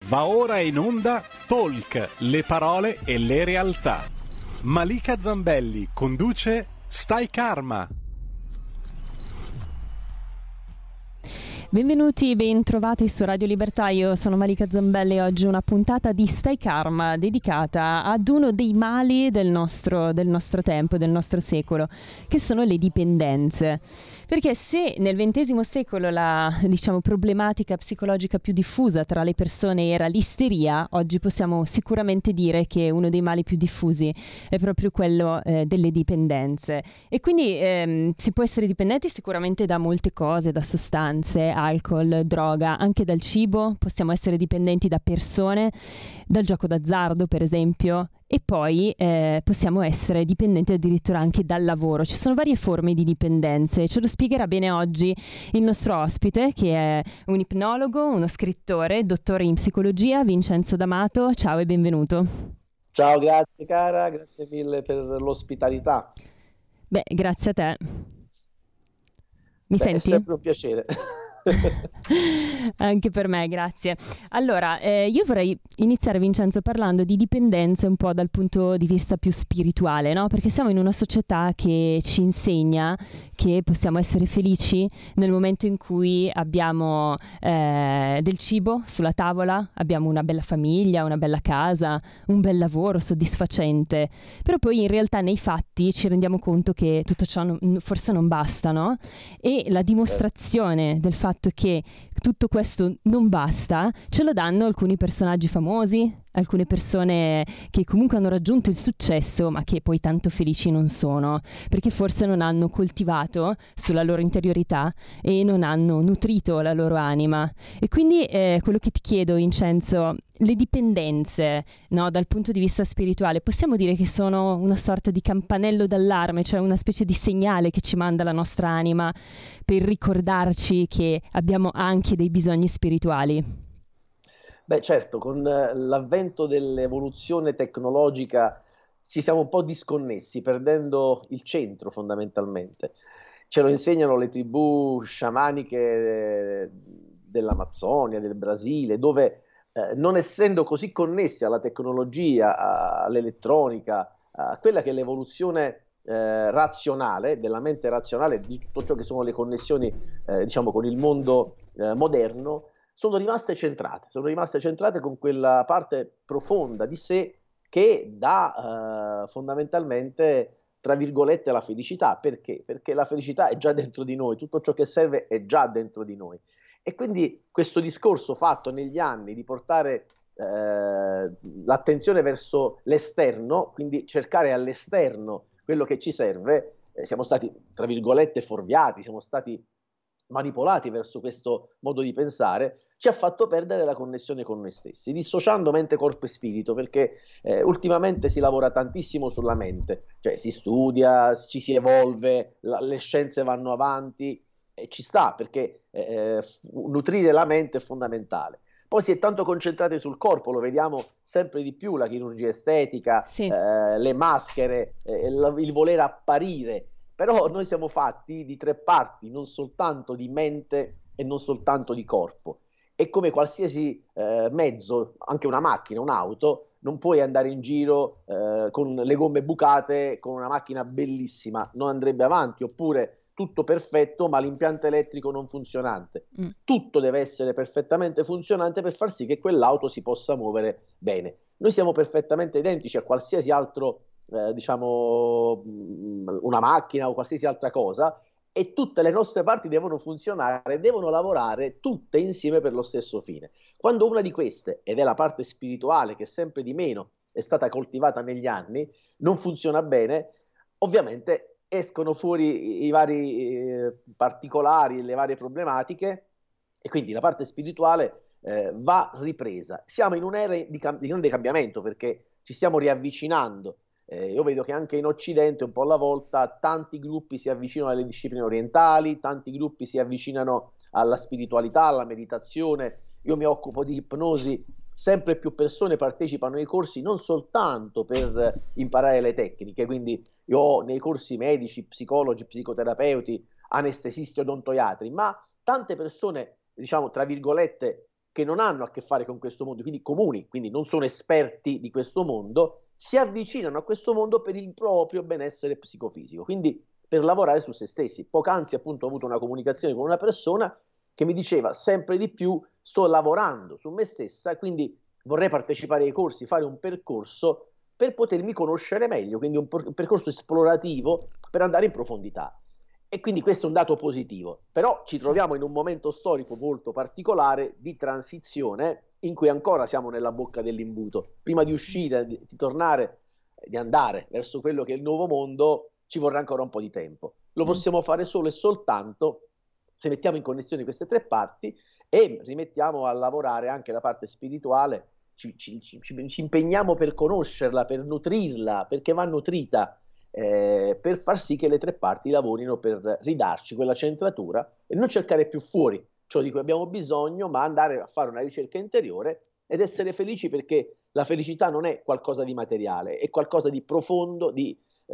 Va ora in onda Talk, le parole e le realtà. Malika Zambelli conduce Stai Karma. Benvenuti, ben trovati su Radio Libertà, io sono Malika Zambelli e oggi una puntata di Stai Karma dedicata ad uno dei mali del nostro tempo, del nostro secolo, che sono le dipendenze. Perché se nel XX secolo la, problematica psicologica più diffusa tra le persone era l'isteria, oggi possiamo sicuramente dire che uno dei mali più diffusi è proprio quello delle dipendenze. E quindi si può essere dipendenti sicuramente da molte cose, da sostanze, alcol, droga, anche dal cibo, possiamo essere dipendenti da persone, dal gioco d'azzardo per esempio, e poi possiamo essere dipendenti addirittura anche dal lavoro. Ci sono varie forme di dipendenze, ce lo spiegherà bene oggi il nostro ospite, che è un ipnologo, uno scrittore, dottore in psicologia, Vincenzo D'Amato. Ciao e benvenuto. Ciao, grazie cara, grazie mille per l'ospitalità. Beh, grazie a te. Mi senti? È sempre un piacere. Anche per me, grazie. Allora, io vorrei iniziare, Vincenzo, parlando di dipendenze un po' dal punto di vista più spirituale, no? Perché siamo in una società che ci insegna che possiamo essere felici nel momento in cui abbiamo del cibo sulla tavola, abbiamo una bella famiglia, una bella casa, un bel lavoro soddisfacente. Però poi in realtà nei fatti ci rendiamo conto che tutto ciò forse non basta, no? E la dimostrazione del fatto che tutto questo non basta ce lo danno alcuni personaggi famosi, alcune persone che comunque hanno raggiunto il successo ma che poi tanto felici non sono, perché forse non hanno coltivato sulla loro interiorità e non hanno nutrito la loro anima. E quindi quello che ti chiedo, Vincenzo, le dipendenze, no, dal punto di vista spirituale, possiamo dire che sono una sorta di campanello d'allarme, cioè una specie di segnale che ci manda la nostra anima per ricordarci che abbiamo anche dei bisogni spirituali? Beh, certo, con l'avvento dell'evoluzione tecnologica ci siamo un po' disconnessi, perdendo il centro fondamentalmente. Ce lo insegnano le tribù sciamaniche dell'Amazzonia, del Brasile, dove non essendo così connessi alla tecnologia, all'elettronica, a quella che è l'evoluzione razionale, della mente razionale, di tutto ciò che sono le connessioni, con il mondo moderno, sono rimaste centrate con quella parte profonda di sé che dà fondamentalmente, tra virgolette, la felicità. Perché? Perché la felicità è già dentro di noi, tutto ciò che serve è già dentro di noi. E quindi questo discorso fatto negli anni di portare l'attenzione verso l'esterno, quindi cercare all'esterno quello che ci serve, siamo stati, tra virgolette, fuorviati, siamo stati manipolati verso questo modo di pensare, ci ha fatto perdere la connessione con noi stessi, dissociando mente, corpo e spirito, perché ultimamente si lavora tantissimo sulla mente, cioè si studia, ci si evolve, le scienze vanno avanti, e ci sta, perché nutrire la mente è fondamentale. Poi si è tanto concentrati sul corpo, lo vediamo sempre di più, la chirurgia estetica, Sì. Le maschere, il voler apparire. Però noi siamo fatti di tre parti, non soltanto di mente e non soltanto di corpo. E come qualsiasi mezzo, anche una macchina, un'auto, non puoi andare in giro con le gomme bucate, con una macchina bellissima, non andrebbe avanti, oppure tutto perfetto ma l'impianto elettrico non funzionante. Tutto deve essere perfettamente funzionante per far sì che quell'auto si possa muovere bene. Noi siamo perfettamente identici a qualsiasi altro una macchina o qualsiasi altra cosa, e tutte le nostre parti devono funzionare, devono lavorare tutte insieme per lo stesso fine. Quando una di queste, ed è la parte spirituale che sempre di meno è stata coltivata negli anni, non funziona bene, ovviamente escono fuori i vari particolari, le varie problematiche, e quindi la parte spirituale va ripresa. Siamo in un'era di grande cambiamento, perché ci stiamo riavvicinando. Io vedo che anche in Occidente, un po' alla volta, tanti gruppi si avvicinano alle discipline orientali, tanti gruppi si avvicinano alla spiritualità, alla meditazione. Io mi occupo di ipnosi, sempre più persone partecipano ai corsi non soltanto per imparare le tecniche, quindi io ho nei corsi medici, psicologi, psicoterapeuti, anestesisti, odontoiatri, ma tante persone, diciamo, tra virgolette, che non hanno a che fare con questo mondo, quindi comuni, quindi non sono esperti di questo mondo, si avvicinano a questo mondo per il proprio benessere psicofisico, quindi per lavorare su se stessi. Poc'anzi appunto ho avuto una comunicazione con una persona che mi diceva sempre di più sto lavorando su me stessa, quindi vorrei partecipare ai corsi, fare un percorso per potermi conoscere meglio, quindi un percorso esplorativo per andare in profondità. E quindi questo è un dato positivo, però ci troviamo in un momento storico molto particolare di transizione in cui ancora siamo nella bocca dell'imbuto. Prima di uscire, di tornare, di andare verso quello che è il nuovo mondo, ci vorrà ancora un po' di tempo. Lo possiamo fare solo e soltanto se mettiamo in connessione queste tre parti e rimettiamo a lavorare anche la parte spirituale, ci impegniamo per conoscerla, per nutrirla, perché va nutrita, per far sì che le tre parti lavorino per ridarci quella centratura e non cercare più fuori ciò di cui abbiamo bisogno, ma andare a fare una ricerca interiore ed essere felici, perché la felicità non è qualcosa di materiale, è qualcosa di profondo, di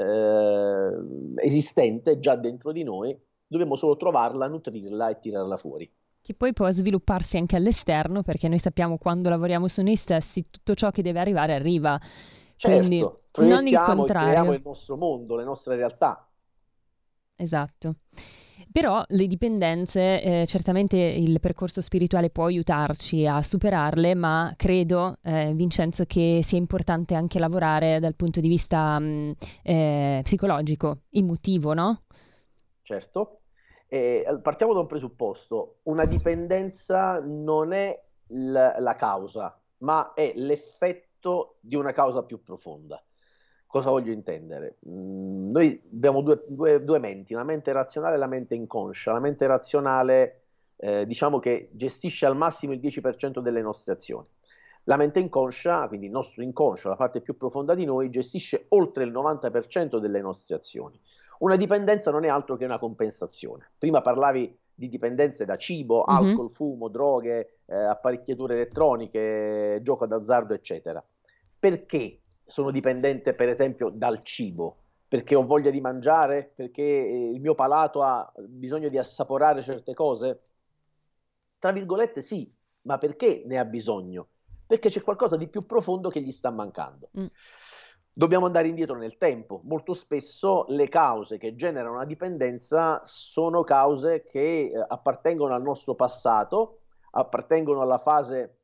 esistente già dentro di noi. Dobbiamo solo trovarla, nutrirla e tirarla fuori. Che poi può svilupparsi anche all'esterno, perché noi sappiamo quando lavoriamo su noi stessi tutto ciò che deve arrivare arriva. Quindi, Certo, non il proiettiamo e contrario. creiamo il nostro mondo, le nostre realtà. Esatto. Però le dipendenze, certamente il percorso spirituale può aiutarci a superarle, ma credo, Vincenzo, che sia importante anche lavorare dal punto di vista psicologico, emotivo, no? Certo. Partiamo da un presupposto: una dipendenza non è la causa, ma è l'effetto di una causa più profonda. Cosa voglio intendere? Noi abbiamo due menti, la mente razionale e la mente inconscia. La mente razionale, diciamo che gestisce al massimo il 10% delle nostre azioni. La mente inconscia, quindi il nostro inconscio, la parte più profonda di noi, gestisce oltre il 90% delle nostre azioni. Una dipendenza non è altro che una compensazione. Prima parlavi di dipendenze da cibo, alcol, fumo, droghe, apparecchiature elettroniche, gioco d'azzardo, eccetera. Perché sono dipendente, per esempio, dal cibo? Perché ho voglia di mangiare? Perché il mio palato ha bisogno di assaporare certe cose? Tra virgolette sì, ma perché ne ha bisogno? Perché c'è qualcosa di più profondo che gli sta mancando. Dobbiamo andare indietro nel tempo. Molto spesso le cause che generano una dipendenza sono cause che appartengono al nostro passato, appartengono alla fase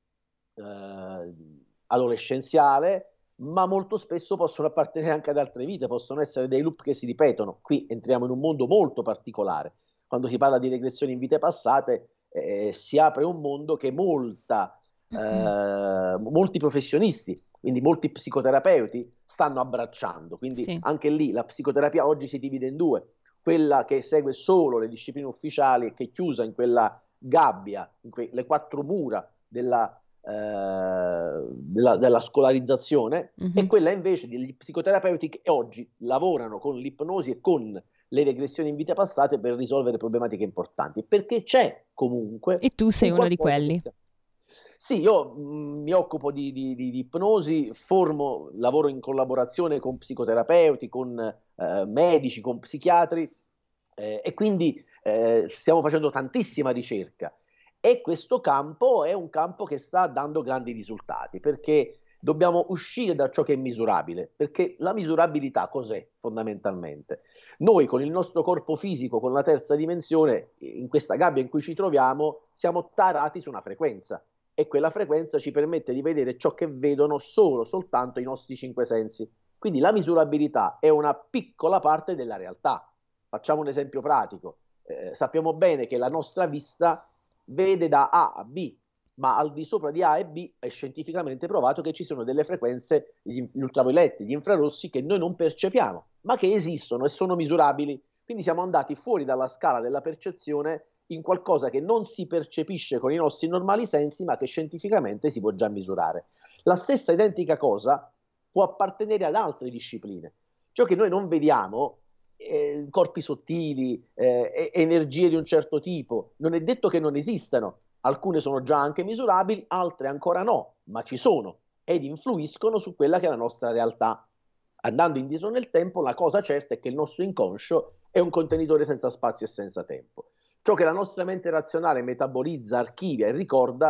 adolescenziale, ma molto spesso possono appartenere anche ad altre vite, possono essere dei loop che si ripetono. Qui entriamo in un mondo molto particolare. Quando si parla di regressioni in vite passate, si apre un mondo che molti professionisti, quindi molti psicoterapeuti, stanno abbracciando. Quindi anche lì la psicoterapia oggi si divide in due: quella che segue solo le discipline ufficiali e che è chiusa in quella gabbia, in quelle quattro mura della scolarizzazione, e quella invece degli psicoterapeuti che oggi lavorano con l'ipnosi e con le regressioni in vite passate per risolvere problematiche importanti, perché c'è comunque. E tu sei uno di quelli. Sì, io mi occupo di ipnosi, lavoro in collaborazione con psicoterapeuti, con medici, con psichiatri, e quindi stiamo facendo tantissima ricerca. E questo campo è un campo che sta dando grandi risultati, perché dobbiamo uscire da ciò che è misurabile, perché la misurabilità cos'è fondamentalmente? Noi con il nostro corpo fisico, con la terza dimensione, in questa gabbia in cui ci troviamo, siamo tarati su una frequenza, e quella frequenza ci permette di vedere ciò che vedono soltanto i nostri cinque sensi. Quindi la misurabilità è una piccola parte della realtà. Facciamo un esempio pratico. Sappiamo bene che la nostra vista vede da A a B, ma al di sopra di A e B è scientificamente provato che ci sono delle frequenze, gli ultravioletti, gli infrarossi, che noi non percepiamo, ma che esistono e sono misurabili. Quindi siamo andati fuori dalla scala della percezione in qualcosa che non si percepisce con i nostri normali sensi, ma che scientificamente si può già misurare. La stessa identica cosa può appartenere ad altre discipline. Ciò che noi non vediamo, corpi sottili, energie di un certo tipo, non è detto che non esistano. Alcune sono già anche misurabili, altre ancora no, ma ci sono ed influiscono su quella che è la nostra realtà. Andando indietro nel tempo, la cosa certa è che il nostro inconscio è un contenitore senza spazio e senza tempo. Ciò che la nostra mente razionale metabolizza, archivia e ricorda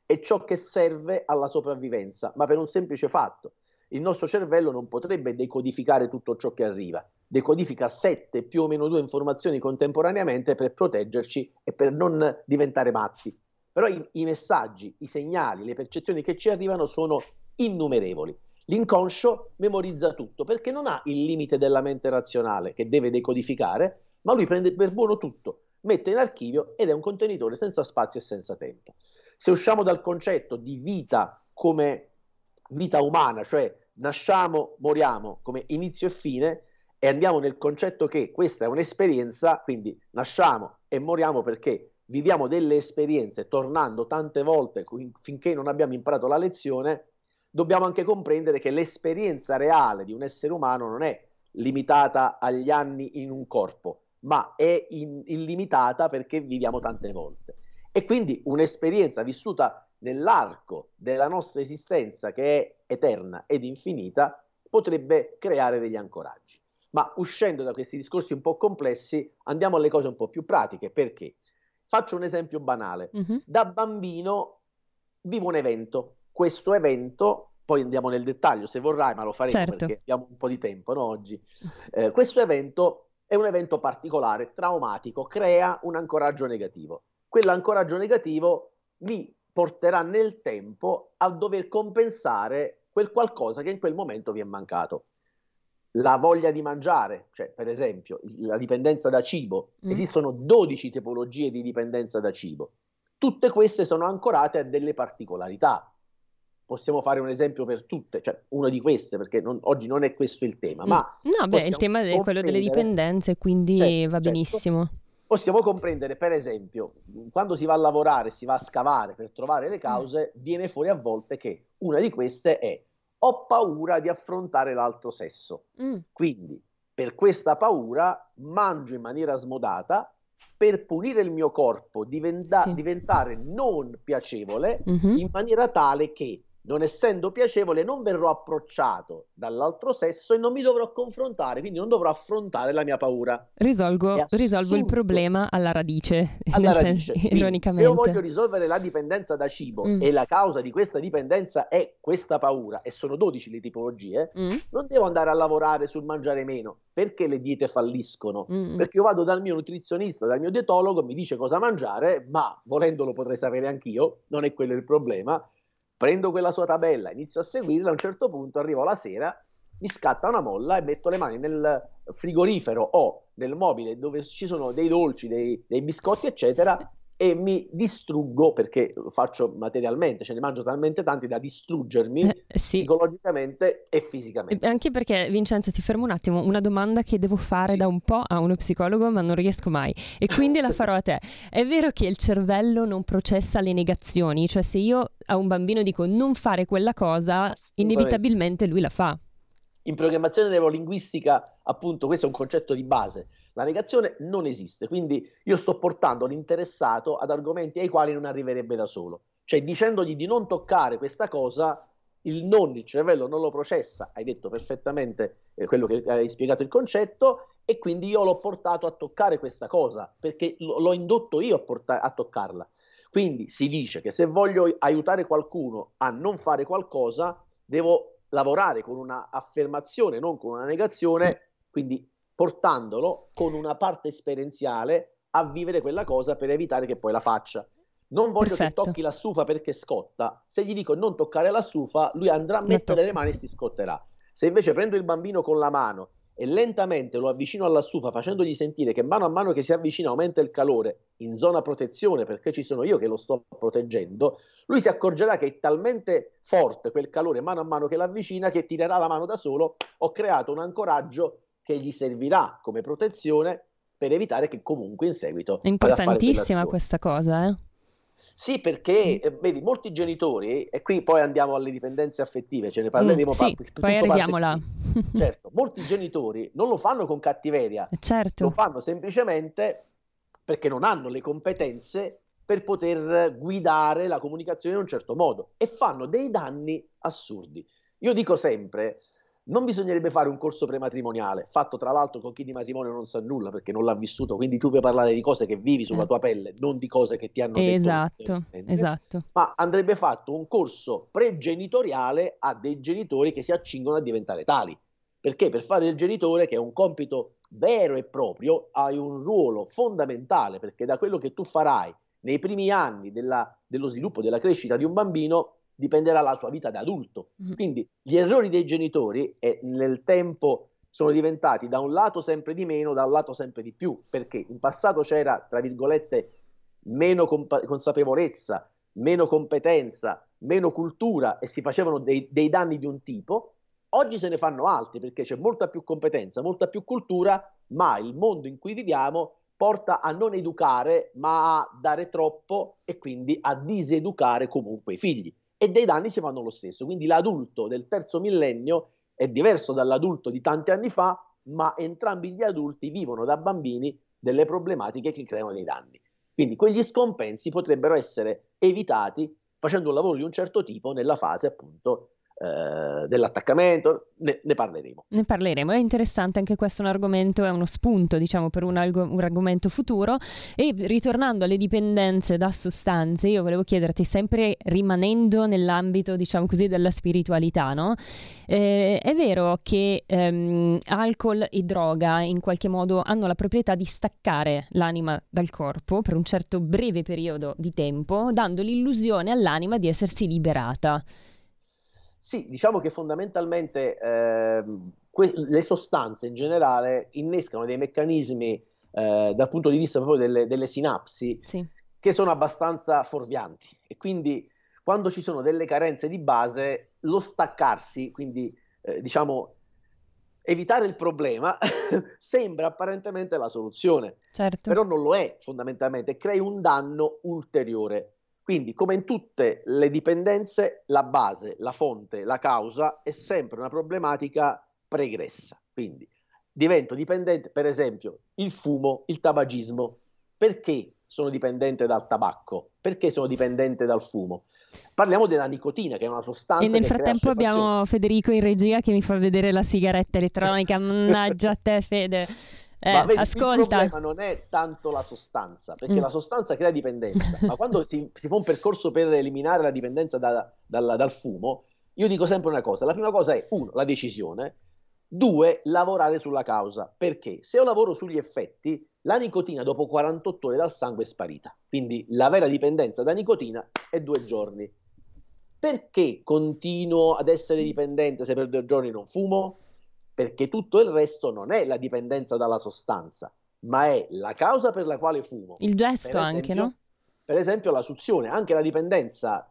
è ciò che serve alla sopravvivenza, ma per un semplice fatto. Il nostro cervello non potrebbe decodificare tutto ciò che arriva, decodifica 7 più o meno 2 informazioni contemporaneamente per proteggerci e per non diventare matti. Però i messaggi, i segnali, le percezioni che ci arrivano sono innumerevoli. L'inconscio memorizza tutto perché non ha il limite della mente razionale che deve decodificare, ma lui prende per buono tutto, mette in archivio ed è un contenitore senza spazio e senza tempo. Se usciamo dal concetto di vita come vita umana, cioè nasciamo, moriamo come inizio e fine, e andiamo nel concetto che questa è un'esperienza, quindi nasciamo e moriamo perché viviamo delle esperienze tornando tante volte finché non abbiamo imparato la lezione, dobbiamo anche comprendere che l'esperienza reale di un essere umano non è limitata agli anni in un corpo, ma è illimitata perché viviamo tante volte. E quindi un'esperienza vissuta nell'arco della nostra esistenza, che è eterna ed infinita, potrebbe creare degli ancoraggi. Ma uscendo da questi discorsi un po' complessi, andiamo alle cose un po' più pratiche. Perché? Faccio un esempio banale. Da bambino vivo un evento. Questo evento, poi andiamo nel dettaglio se vorrai, ma lo faremo perché abbiamo un po' di tempo, no, oggi. Questo evento è un evento particolare, traumatico, crea un ancoraggio negativo. Quell'ancoraggio negativo mi porterà nel tempo a dover compensare quel qualcosa che in quel momento vi è mancato. La voglia di mangiare, cioè per esempio la dipendenza da cibo, esistono 12 tipologie di dipendenza da cibo. Tutte queste sono ancorate a delle particolarità. Possiamo fare un esempio per tutte, cioè una di queste, perché oggi non è questo il tema, ma il tema è quello delle dipendenze, quindi va benissimo. Certo. Possiamo comprendere, per esempio, quando si va a lavorare, si va a scavare per trovare le cause, viene fuori a volte che una di queste è: ho paura di affrontare l'altro sesso. Quindi, per questa paura, mangio in maniera smodata per punire il mio corpo, diventare non piacevole, in maniera tale che, non essendo piacevole, non verrò approcciato dall'altro sesso e non mi dovrò confrontare, quindi non dovrò affrontare la mia paura. Risolvo il problema alla radice, ironicamente. Se io voglio risolvere la dipendenza da cibo e la causa di questa dipendenza è questa paura, e sono 12 le tipologie, non devo andare a lavorare sul mangiare meno, perché le diete falliscono, perché io vado dal mio nutrizionista, dal mio dietologo, mi dice cosa mangiare, ma volendolo potrei sapere anch'io, non è quello il problema. Prendo quella sua tabella, inizio a seguirla, a un certo punto arrivo la sera, mi scatta una molla e metto le mani nel frigorifero o nel mobile dove ci sono dei dolci, dei biscotti, eccetera, e mi distruggo, perché lo faccio materialmente, ce ne mangio talmente tanti da distruggermi psicologicamente e fisicamente. Anche perché, Vincenzo, ti fermo un attimo, una domanda che devo fare da un po' a uno psicologo, ma non riesco mai, e quindi la farò a te. È vero che il cervello non processa le negazioni? Cioè, se io a un bambino dico non fare quella cosa, inevitabilmente lui la fa. In programmazione neurolinguistica, appunto, questo è un concetto di base. La negazione non esiste, quindi io sto portando l'interessato ad argomenti ai quali non arriverebbe da solo. Cioè, dicendogli di non toccare questa cosa, il cervello non lo processa. Hai detto perfettamente quello che hai spiegato il concetto, e quindi io l'ho portato a toccare questa cosa, perché l'ho indotto io a toccarla. Quindi si dice che se voglio aiutare qualcuno a non fare qualcosa, devo lavorare con una affermazione, non con una negazione, quindi portandolo con una parte esperienziale a vivere quella cosa per evitare che poi la faccia. Non voglio che tocchi la stufa perché scotta. Se gli dico non toccare la stufa, lui andrà a mettere le mani e si scotterà. Se invece prendo il bambino con la mano e lentamente lo avvicino alla stufa, facendogli sentire che mano a mano che si avvicina aumenta il calore in zona protezione, perché ci sono io che lo sto proteggendo, lui si accorgerà che è talmente forte quel calore mano a mano che l'avvicina che tirerà la mano da solo. Ho creato un ancoraggio che gli servirà come protezione per evitare che comunque in seguito è importantissima questa cosa, Sì, perché vedi, molti genitori, e qui poi andiamo alle dipendenze affettive, ce ne parleremo poi arriviamo là. Certo, molti genitori non lo fanno con cattiveria, lo fanno semplicemente perché non hanno le competenze per poter guidare la comunicazione in un certo modo, e fanno dei danni assurdi. Io dico sempre, Non bisognerebbe fare un corso prematrimoniale, fatto tra l'altro con chi di matrimonio non sa nulla perché non l'ha vissuto, quindi tu puoi parlare di cose che vivi sulla tua pelle, non di cose che ti hanno detto. Esatto. Ma andrebbe fatto un corso pregenitoriale a dei genitori che si accingono a diventare tali. Perché per fare il genitore, che è un compito vero e proprio, hai un ruolo fondamentale, perché da quello che tu farai nei primi anni dello sviluppo, della crescita di un bambino, dipenderà la sua vita da adulto. Quindi gli errori dei genitori nel tempo sono diventati da un lato sempre di meno, da un lato sempre di più, perché in passato c'era, tra virgolette, meno consapevolezza, meno competenza, meno cultura e si facevano dei danni di un tipo. Oggi se ne fanno altri perché c'è molta più competenza, molta più cultura, ma il mondo in cui viviamo porta a non educare, ma a dare troppo e quindi a diseducare comunque i figli. E dei danni si fanno lo stesso. Quindi l'adulto del terzo millennio è diverso dall'adulto di tanti anni fa, ma entrambi gli adulti vivono da bambini delle problematiche che creano dei danni. Quindi quegli scompensi potrebbero essere evitati facendo un lavoro di un certo tipo nella fase appunto dell'attaccamento. Ne parleremo. Ne parleremo, è interessante anche questo, un argomento, è uno spunto diciamo per un argomento futuro. E ritornando alle dipendenze da sostanze, io volevo chiederti, sempre rimanendo nell'ambito diciamo così della spiritualità, no? È vero che alcol e droga in qualche modo hanno la proprietà di staccare l'anima dal corpo per un certo breve periodo di tempo, dando l'illusione all'anima di essersi liberata. Sì, diciamo che fondamentalmente le sostanze in generale innescano dei meccanismi dal punto di vista proprio delle sinapsi, sì, che sono abbastanza fuorvianti e quindi quando ci sono delle carenze di base lo staccarsi, quindi diciamo evitare il problema sembra apparentemente la soluzione, certo. però non lo è fondamentalmente, crei un danno ulteriore. Quindi, come in tutte le dipendenze, la base, la fonte, la causa è sempre una problematica pregressa. Quindi divento dipendente, per esempio, il fumo, il tabagismo. Perché sono dipendente dal tabacco? Perché sono dipendente dal fumo? Parliamo della nicotina, che è una sostanza e nel che frattempo crea abbiamo Federico in regia che mi fa vedere la sigaretta elettronica. Mannaggia a te, Fede. Ma vedi, ascolta. il problema non è tanto la sostanza, perché la sostanza crea dipendenza, ma quando si fa un percorso per eliminare la dipendenza dal fumo, io dico sempre una cosa: la prima cosa è, uno, la decisione, due, lavorare sulla causa, perché se io lavoro sugli effetti, la nicotina dopo 48 ore dal sangue è sparita, quindi la vera dipendenza da nicotina è 2 giorni. Perché continuo ad essere dipendente se per 2 giorni non fumo? Perché tutto il resto non è la dipendenza dalla sostanza, ma è la causa per la quale fumo. Il gesto anche, no? Per esempio la suzione, anche la dipendenza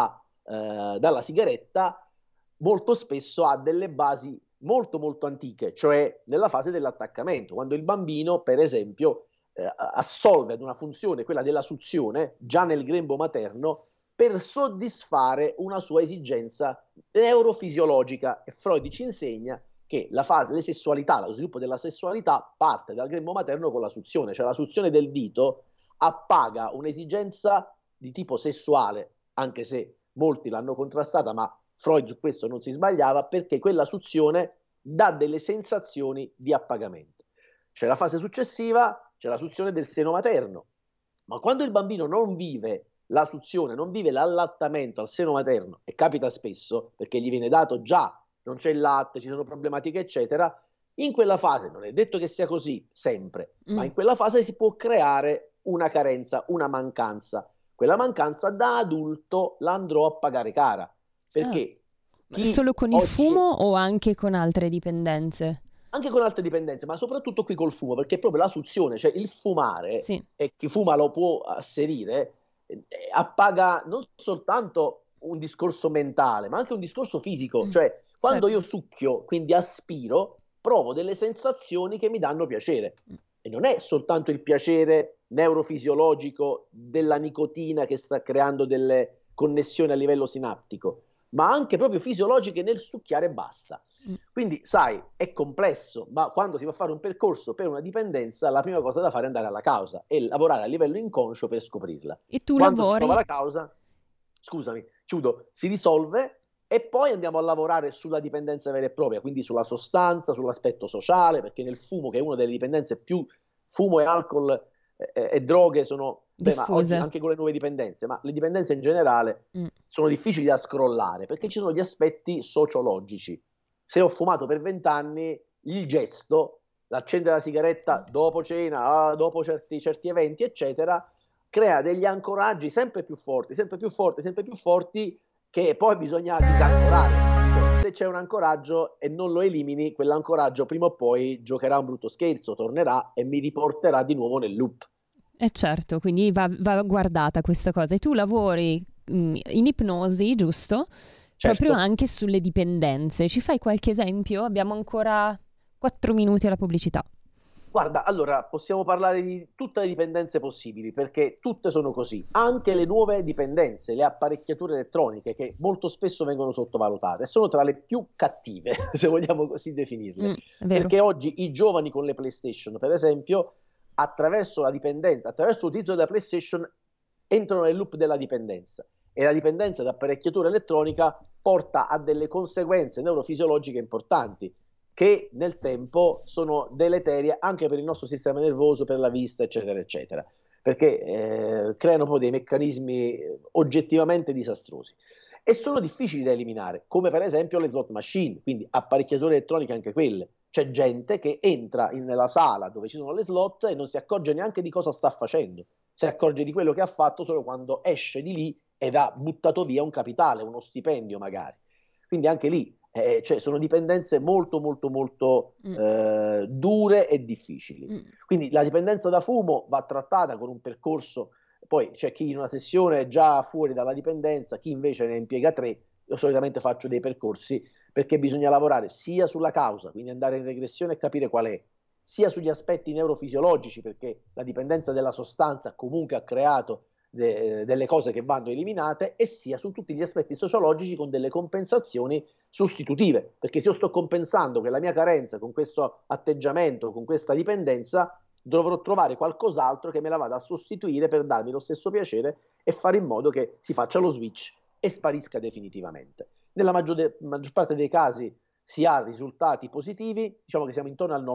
dalla sigaretta molto spesso ha delle basi molto molto antiche, cioè nella fase dell'attaccamento, quando il bambino per esempio assolve ad una funzione, quella della suzione, già nel grembo materno, per soddisfare una sua esigenza neurofisiologica, e Freud ci insegna che la fase, le sessualità, lo sviluppo della sessualità parte dal grembo materno con la suzione, cioè la suzione del dito appaga un'esigenza di tipo sessuale, anche se molti l'hanno contrastata, ma Freud su questo non si sbagliava, perché quella suzione dà delle sensazioni di appagamento. C'è la fase successiva, c'è la suzione del seno materno, ma quando il bambino non vive la suzione, non vive l'allattamento al seno materno, e capita spesso perché gli viene dato già, non c'è il latte, ci sono problematiche eccetera, in quella fase, non è detto che sia così sempre, ma in quella fase si può creare una carenza, una mancanza. Quella mancanza da adulto la andrò a pagare cara, perché solo con il fumo o anche con altre dipendenze? Anche con altre dipendenze, ma soprattutto qui col fumo, perché proprio la suzione, cioè il fumare, sì, e chi fuma lo può asserire, appaga non soltanto un discorso mentale, ma anche un discorso fisico, cioè quando io succhio, quindi aspiro, provo delle sensazioni che mi danno piacere. E non è soltanto il piacere neurofisiologico della nicotina che sta creando delle connessioni a livello sinaptico, ma anche proprio fisiologiche nel succhiare e basta. Quindi, sai, è complesso, ma quando si va a fare un percorso per una dipendenza, la prima cosa da fare è andare alla causa e lavorare a livello inconscio per scoprirla. E tu quando lavori... si trova la causa, scusami, chiudo, si risolve E poi andiamo a lavorare sulla dipendenza vera e propria, quindi sulla sostanza, sull'aspetto sociale, perché nel fumo, che è una delle dipendenze più, fumo e alcol e droghe sono, ma oggi anche con le nuove dipendenze, ma le dipendenze in generale sono difficili da scrollare, perché ci sono gli aspetti sociologici. Se ho fumato per 20 anni, il gesto, l'accendere la sigaretta dopo cena, dopo certi eventi, eccetera, crea degli ancoraggi sempre più forti, sempre più forti, sempre più forti, che poi bisogna disancorare. Cioè, se c'è un ancoraggio e non lo elimini, quell'ancoraggio prima o poi giocherà un brutto scherzo, tornerà e mi riporterà di nuovo nel loop. Certo, quindi va guardata questa cosa. E tu lavori in ipnosi, giusto? Certo. Proprio anche sulle dipendenze. Ci fai qualche esempio? Abbiamo ancora 4 minuti alla pubblicità. Guarda, allora possiamo parlare di tutte le dipendenze possibili, perché tutte sono così, anche le nuove dipendenze, le apparecchiature elettroniche, che molto spesso vengono sottovalutate, sono tra le più cattive, se vogliamo così definirle, perché oggi i giovani con le PlayStation, per esempio, attraverso la dipendenza, attraverso l'utilizzo della PlayStation, entrano nel loop della dipendenza, e la dipendenza da apparecchiatura elettronica porta a delle conseguenze neurofisiologiche importanti, che nel tempo sono deleterie anche per il nostro sistema nervoso, per la vista, eccetera, eccetera, perché creano poi dei meccanismi oggettivamente disastrosi e sono difficili da eliminare, come per esempio le slot machine, quindi apparecchiature elettroniche anche quelle. C'è gente che entra nella sala dove ci sono le slot e non si accorge neanche di cosa sta facendo, si accorge di quello che ha fatto solo quando esce di lì ed ha buttato via un capitale, uno stipendio magari. Quindi anche lì cioè sono dipendenze molto molto molto dure e difficili. Quindi la dipendenza da fumo va trattata con un percorso, poi c'è chi in una sessione è già fuori dalla dipendenza, chi invece ne impiega 3. Io solitamente faccio dei percorsi perché bisogna lavorare sia sulla causa, quindi andare in regressione e capire qual è, sia sugli aspetti neurofisiologici, perché la dipendenza della sostanza comunque ha creato delle cose che vanno eliminate, e sia su tutti gli aspetti sociologici con delle compensazioni sostitutive, perché se io sto compensando che la mia carenza con questo atteggiamento, con questa dipendenza, dovrò trovare qualcos'altro che me la vada a sostituire per darmi lo stesso piacere e fare in modo che si faccia lo switch e sparisca definitivamente. Nella maggior parte dei casi si ha risultati positivi, diciamo che siamo intorno al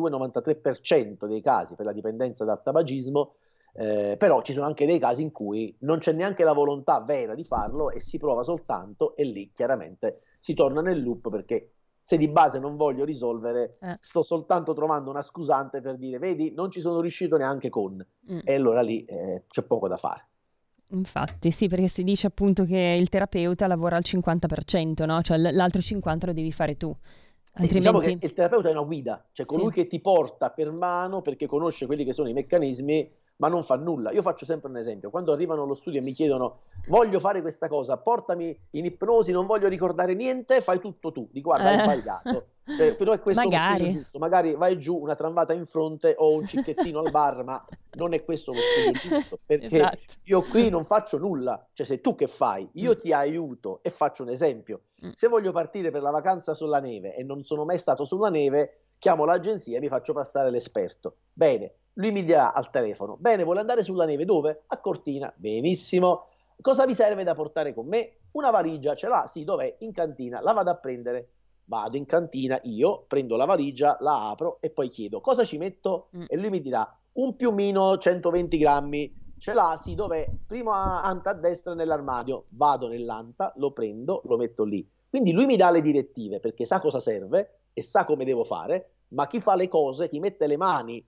92-93% dei casi per la dipendenza dal tabagismo. Però ci sono anche dei casi in cui non c'è neanche la volontà vera di farlo e si prova soltanto, e lì chiaramente si torna nel loop, perché se di base non voglio risolvere, sto soltanto trovando una scusante per dire vedi, non ci sono riuscito neanche con, e allora lì c'è poco da fare. Infatti sì, perché si dice appunto che il terapeuta lavora al 50%, no? Cioè l'altro 50% lo devi fare tu. Sì, diciamo che il terapeuta è una guida, cioè colui che ti porta per mano perché conosce quelli che sono i meccanismi, ma non fa nulla. Io faccio sempre un esempio: quando arrivano allo studio e mi chiedono voglio fare questa cosa, portami in ipnosi, non voglio ricordare niente, fai tutto tu. Dico guarda, hai sbagliato, cioè, però è questo lo studio giusto, magari vai giù una tramvata in fronte o un cicchettino al bar, ma non è questo lo studio giusto, perché io qui non faccio nulla, cioè sei tu che fai, io ti aiuto. E faccio un esempio: se voglio partire per la vacanza sulla neve e non sono mai stato sulla neve, chiamo l'agenzia e mi faccio passare l'esperto. Bene, lui mi dirà al telefono: bene, vuole andare sulla neve, dove? A Cortina. Benissimo, cosa vi serve da portare con me? Una valigia, ce l'ha? Sì, dov'è? In cantina, la vado a prendere. Vado in cantina, io prendo la valigia, la apro e poi chiedo cosa ci metto, e lui mi dirà un piumino 120 grammi. Ce l'ha? Sì, dov'è? Primo anta a destra nell'armadio. Vado nell'anta, lo prendo, lo metto lì. Quindi lui mi dà le direttive perché sa cosa serve e sa come devo fare, ma chi fa le cose, chi mette le mani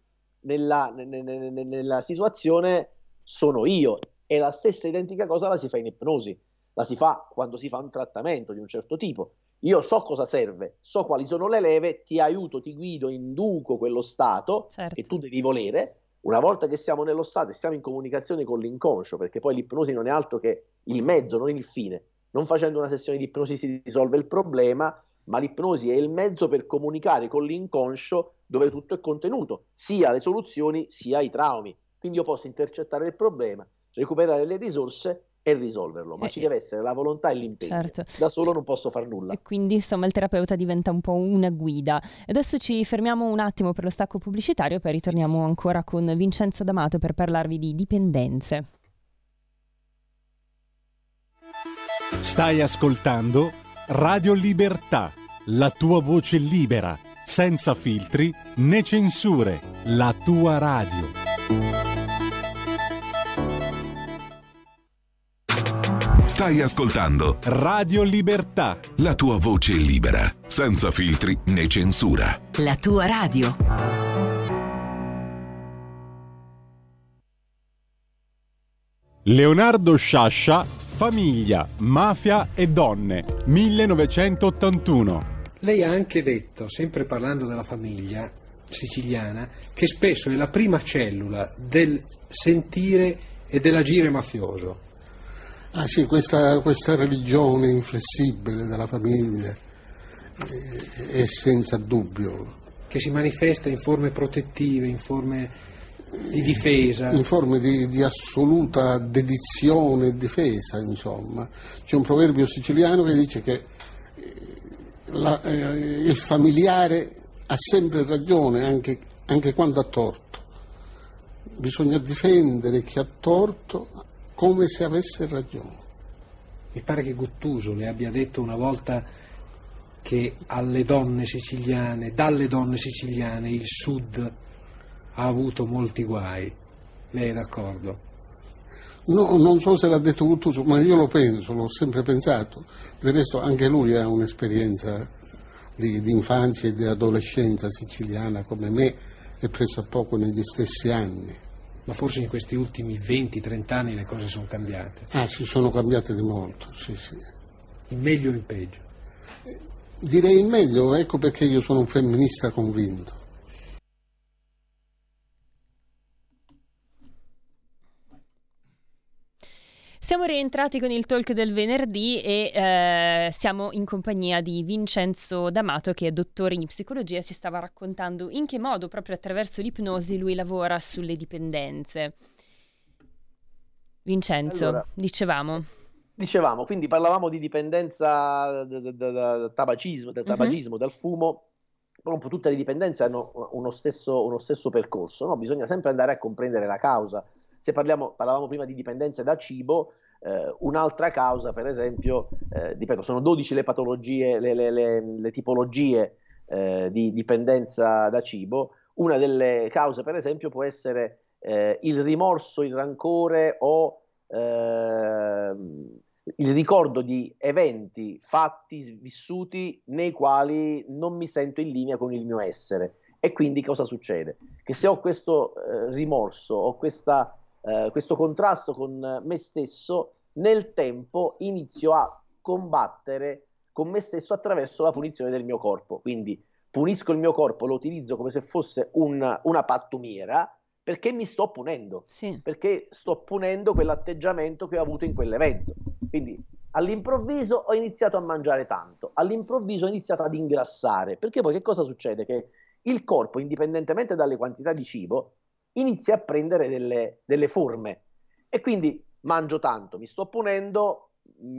nella situazione sono io. E la stessa identica cosa la si fa in ipnosi, la si fa quando si fa un trattamento di un certo tipo. Io so cosa serve, so quali sono le leve, ti aiuto, ti guido, induco quello stato che tu devi volere. Una volta che siamo nello stato e siamo in comunicazione con l'inconscio, perché poi l'ipnosi non è altro che il mezzo, non il fine. Non facendo una sessione di ipnosi si risolve il problema, ma l'ipnosi è il mezzo per comunicare con l'inconscio, dove tutto è contenuto, sia le soluzioni sia i traumi. Quindi io posso intercettare il problema, recuperare le risorse e risolverlo, ma ci deve essere la volontà e l'impegno. Da solo non posso far nulla. E quindi insomma il terapeuta diventa un po' una guida. Adesso ci fermiamo un attimo per lo stacco pubblicitario, poi ritorniamo ancora con Vincenzo D'Amato per parlarvi di dipendenze. Stai ascoltando Radio Libertà, la tua voce libera, senza filtri né censure, la tua radio. Stai ascoltando Radio Libertà, la tua voce libera, senza filtri né censura. La tua radio. Leonardo Sciascia, Famiglia, mafia e donne, 1981. Lei ha anche detto, sempre parlando della famiglia siciliana, che spesso è la prima cellula del sentire e dell'agire mafioso. Ah sì, questa religione inflessibile della famiglia è senza dubbio. Che si manifesta in forme protettive, in forme di difesa. In forme di assoluta dedizione e difesa, insomma. C'è un proverbio siciliano che dice che il familiare ha sempre ragione, anche quando ha torto. Bisogna difendere chi ha torto come se avesse ragione. Mi pare che Guttuso le abbia detto una volta che dalle donne siciliane il Sud ha avuto molti guai. Lei è d'accordo? No, non so se l'ha detto Guttuso, ma io lo penso, l'ho sempre pensato. Del resto anche lui ha un'esperienza di infanzia e di adolescenza siciliana come me, e pressappoco negli stessi anni. Ma forse in questi ultimi 20-30 anni le cose sono cambiate. Ah, si sono cambiate di molto, sì. In meglio o in peggio? Direi in meglio, ecco perché io sono un femminista convinto. Siamo rientrati con il talk del venerdì e siamo in compagnia di Vincenzo D'Amato, che è dottore in psicologia, ci stava raccontando in che modo proprio attraverso l'ipnosi lui lavora sulle dipendenze. Vincenzo, allora, dicevamo, quindi parlavamo di dipendenza da tabacismo, del tabagismo, dal fumo. Però un po' tutte le dipendenze hanno uno stesso percorso, no? Bisogna sempre andare a comprendere la causa. Se parlavamo prima di dipendenze da cibo, un'altra causa, per esempio, ripeto, sono 12 le patologie, le tipologie di dipendenza da cibo. Una delle cause, per esempio, può essere il rimorso, il rancore o il ricordo di eventi fatti, vissuti, nei quali non mi sento in linea con il mio essere. E quindi cosa succede? Che se ho questo rimorso, ho questo contrasto con me stesso, nel tempo inizio a combattere con me stesso attraverso la punizione del mio corpo. Quindi punisco il mio corpo, lo utilizzo come se fosse una pattumiera, perché mi sto punendo, sì. Perché sto punendo quell'atteggiamento che ho avuto in quell'evento. Quindi all'improvviso ho iniziato a mangiare tanto, all'improvviso ho iniziato ad ingrassare, perché poi che cosa succede? Che il corpo, indipendentemente dalle quantità di cibo, inizia a prendere delle forme, e quindi mangio tanto, mi sto punendo,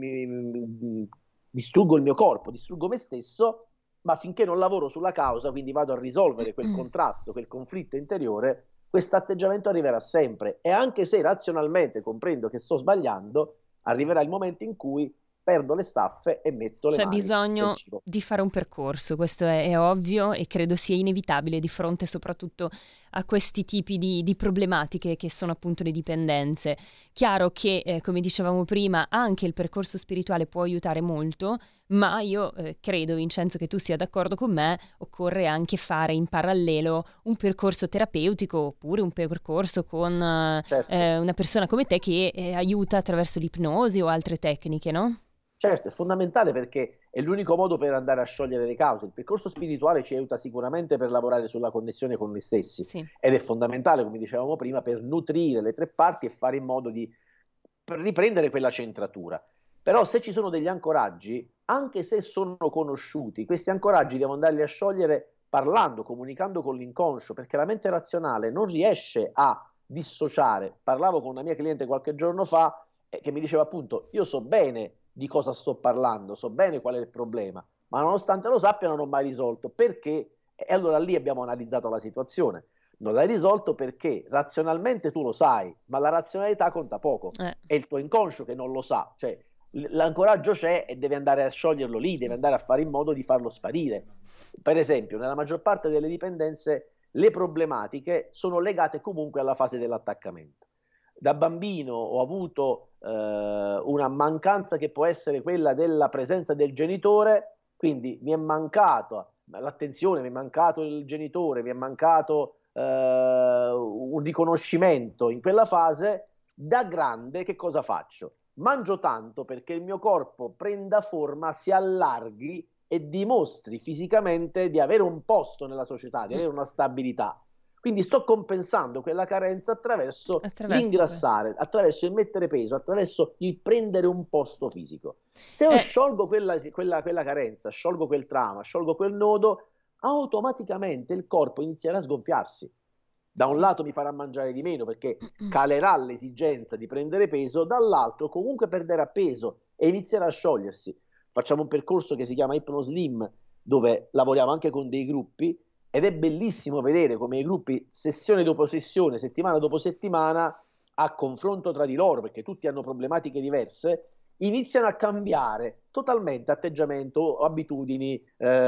distruggo il mio corpo, distruggo me stesso, ma finché non lavoro sulla causa, quindi vado a risolvere quel contrasto, quel conflitto interiore, questo atteggiamento arriverà sempre. E anche se razionalmente comprendo che sto sbagliando, arriverà il momento in cui perdo le staffe e metto le mani. C'è bisogno di fare un percorso, questo è ovvio, e credo sia inevitabile di fronte soprattutto a questi tipi di problematiche che sono appunto le dipendenze. Chiaro che, come dicevamo prima, anche il percorso spirituale può aiutare molto, ma io credo, Vincenzo, che tu sia d'accordo con me, occorre anche fare in parallelo un percorso terapeutico, oppure un percorso con certo. Una persona come te che aiuta attraverso l'ipnosi o altre tecniche, no? Certo, è fondamentale, perché è l'unico modo per andare a sciogliere le cause. Il percorso spirituale ci aiuta sicuramente per lavorare sulla connessione con noi stessi, sì. Ed è fondamentale, come dicevamo prima, per nutrire le tre parti e fare in modo di riprendere quella centratura. Però se ci sono degli ancoraggi, anche se sono conosciuti, questi ancoraggi devo andarli a sciogliere parlando, comunicando con l'inconscio, perché la mente razionale non riesce a dissociare. Parlavo con una mia cliente qualche giorno fa che mi diceva appunto: io so bene di cosa sto parlando, so bene qual è il problema, ma nonostante lo sappia non ho mai risolto. Perché? E allora lì abbiamo analizzato la situazione. Non l'hai risolto perché razionalmente tu lo sai, ma la razionalità conta poco. È il tuo inconscio che non lo sa. Cioè, l'ancoraggio c'è e deve andare a scioglierlo lì, deve andare a fare in modo di farlo sparire. Per esempio, nella maggior parte delle dipendenze le problematiche sono legate comunque alla fase dell'attaccamento. Da bambino ho avuto una mancanza che può essere quella della presenza del genitore, quindi mi è mancato l'attenzione, mi è mancato il genitore, mi è mancato un riconoscimento in quella fase. Da grande che cosa faccio? Mangio tanto perché il mio corpo prenda forma, si allarghi e dimostri fisicamente di avere un posto nella società, di avere una stabilità. Quindi sto compensando quella carenza attraverso l'ingrassare, attraverso il mettere peso, attraverso il prendere un posto fisico. Se io sciolgo quella carenza, sciolgo quel trauma, sciolgo quel nodo, automaticamente il corpo inizierà a sgonfiarsi. Da un lato mi farà mangiare di meno perché calerà l'esigenza di prendere peso, dall'altro comunque perderà peso e inizierà a sciogliersi. Facciamo un percorso che si chiama Hypnoslim, dove lavoriamo anche con dei gruppi, ed è bellissimo vedere come i gruppi, sessione dopo sessione, settimana dopo settimana, a confronto tra di loro, perché tutti hanno problematiche diverse, iniziano a cambiare totalmente atteggiamento, abitudini,